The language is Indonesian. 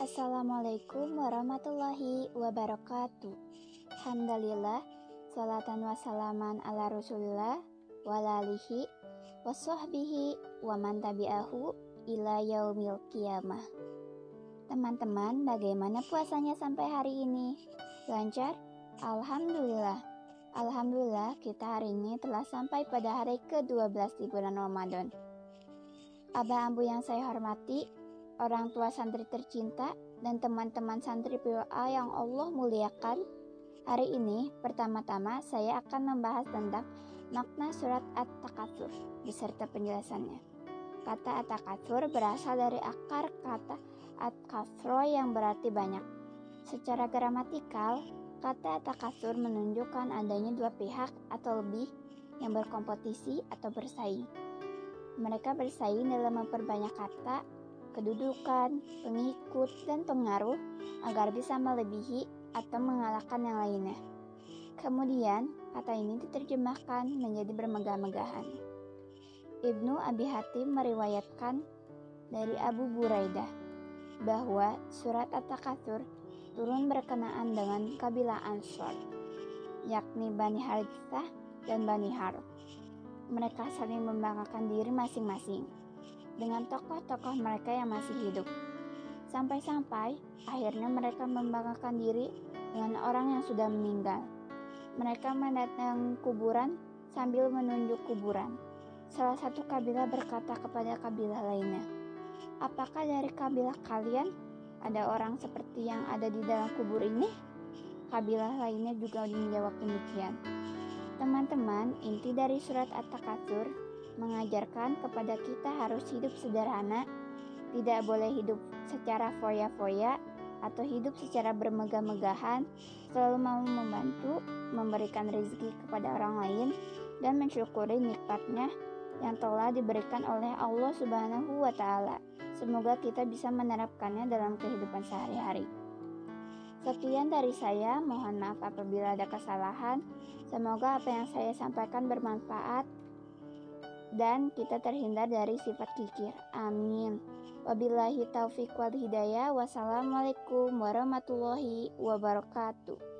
Assalamualaikum warahmatullahi wabarakatuh. Alhamdulillah, salatan wassalaman ala rasulillah walalihi wassohbihi wa man tabi'ahu ila yaumil qiyamah. Teman-teman, bagaimana puasanya sampai hari ini? Lancar? Alhamdulillah. Alhamdulillah, kita hari ini telah sampai pada hari ke-12 di bulan Ramadan. Abah Ambu yang saya hormati, orang tua santri tercinta, dan teman-teman santri PWA yang Allah muliakan, hari ini pertama-tama saya akan membahas tentang makna surat At-Takatsur beserta penjelasannya. Kata At-Takatsur berasal dari akar kata At-Katsro yang berarti banyak. Secara gramatikal, kata At-Takatsur menunjukkan adanya dua pihak atau lebih yang berkompetisi atau bersaing. Mereka bersaing dalam memperbanyak kata, kedudukan, pengikut, dan pengaruh agar bisa melebihi atau mengalahkan yang lainnya. Kemudian, kata ini diterjemahkan menjadi bermegah-megahan. Ibnu Abi Hatim meriwayatkan dari Abu Buraidah bahwa surat At-Takatsur turun berkenaan dengan kabilah Ansor, yakni Bani Haritsah dan Bani Harb. Mereka saling membanggakan diri masing-masing dengan tokoh-tokoh mereka yang masih hidup. Sampai-sampai akhirnya mereka membanggakan diri dengan orang yang sudah meninggal. Mereka mendatangi kuburan sambil menunjuk kuburan. Salah satu kabilah berkata kepada kabilah lainnya, "Apakah dari kabilah kalian ada orang seperti yang ada di dalam kubur ini?" Kabilah lainnya juga menjawab demikian. Teman-teman, inti dari surat At-Takatsur mengajarkan kepada kita harus hidup sederhana, tidak boleh hidup secara foya-foya atau hidup secara bermegah-megahan, selalu mau membantu, memberikan rezeki kepada orang lain, dan mensyukuri nikmatnya yang telah diberikan oleh Allah Subhanahu wa Ta'ala. Semoga kita bisa menerapkannya dalam kehidupan sehari-hari. Sekian dari saya, mohon maaf apabila ada kesalahan. Semoga apa yang saya sampaikan bermanfaat dan kita terhindar dari sifat kikir. Amin. Wabillahi taufiq wal hidayah. Wassalamualaikum warahmatullahi wabarakatuh.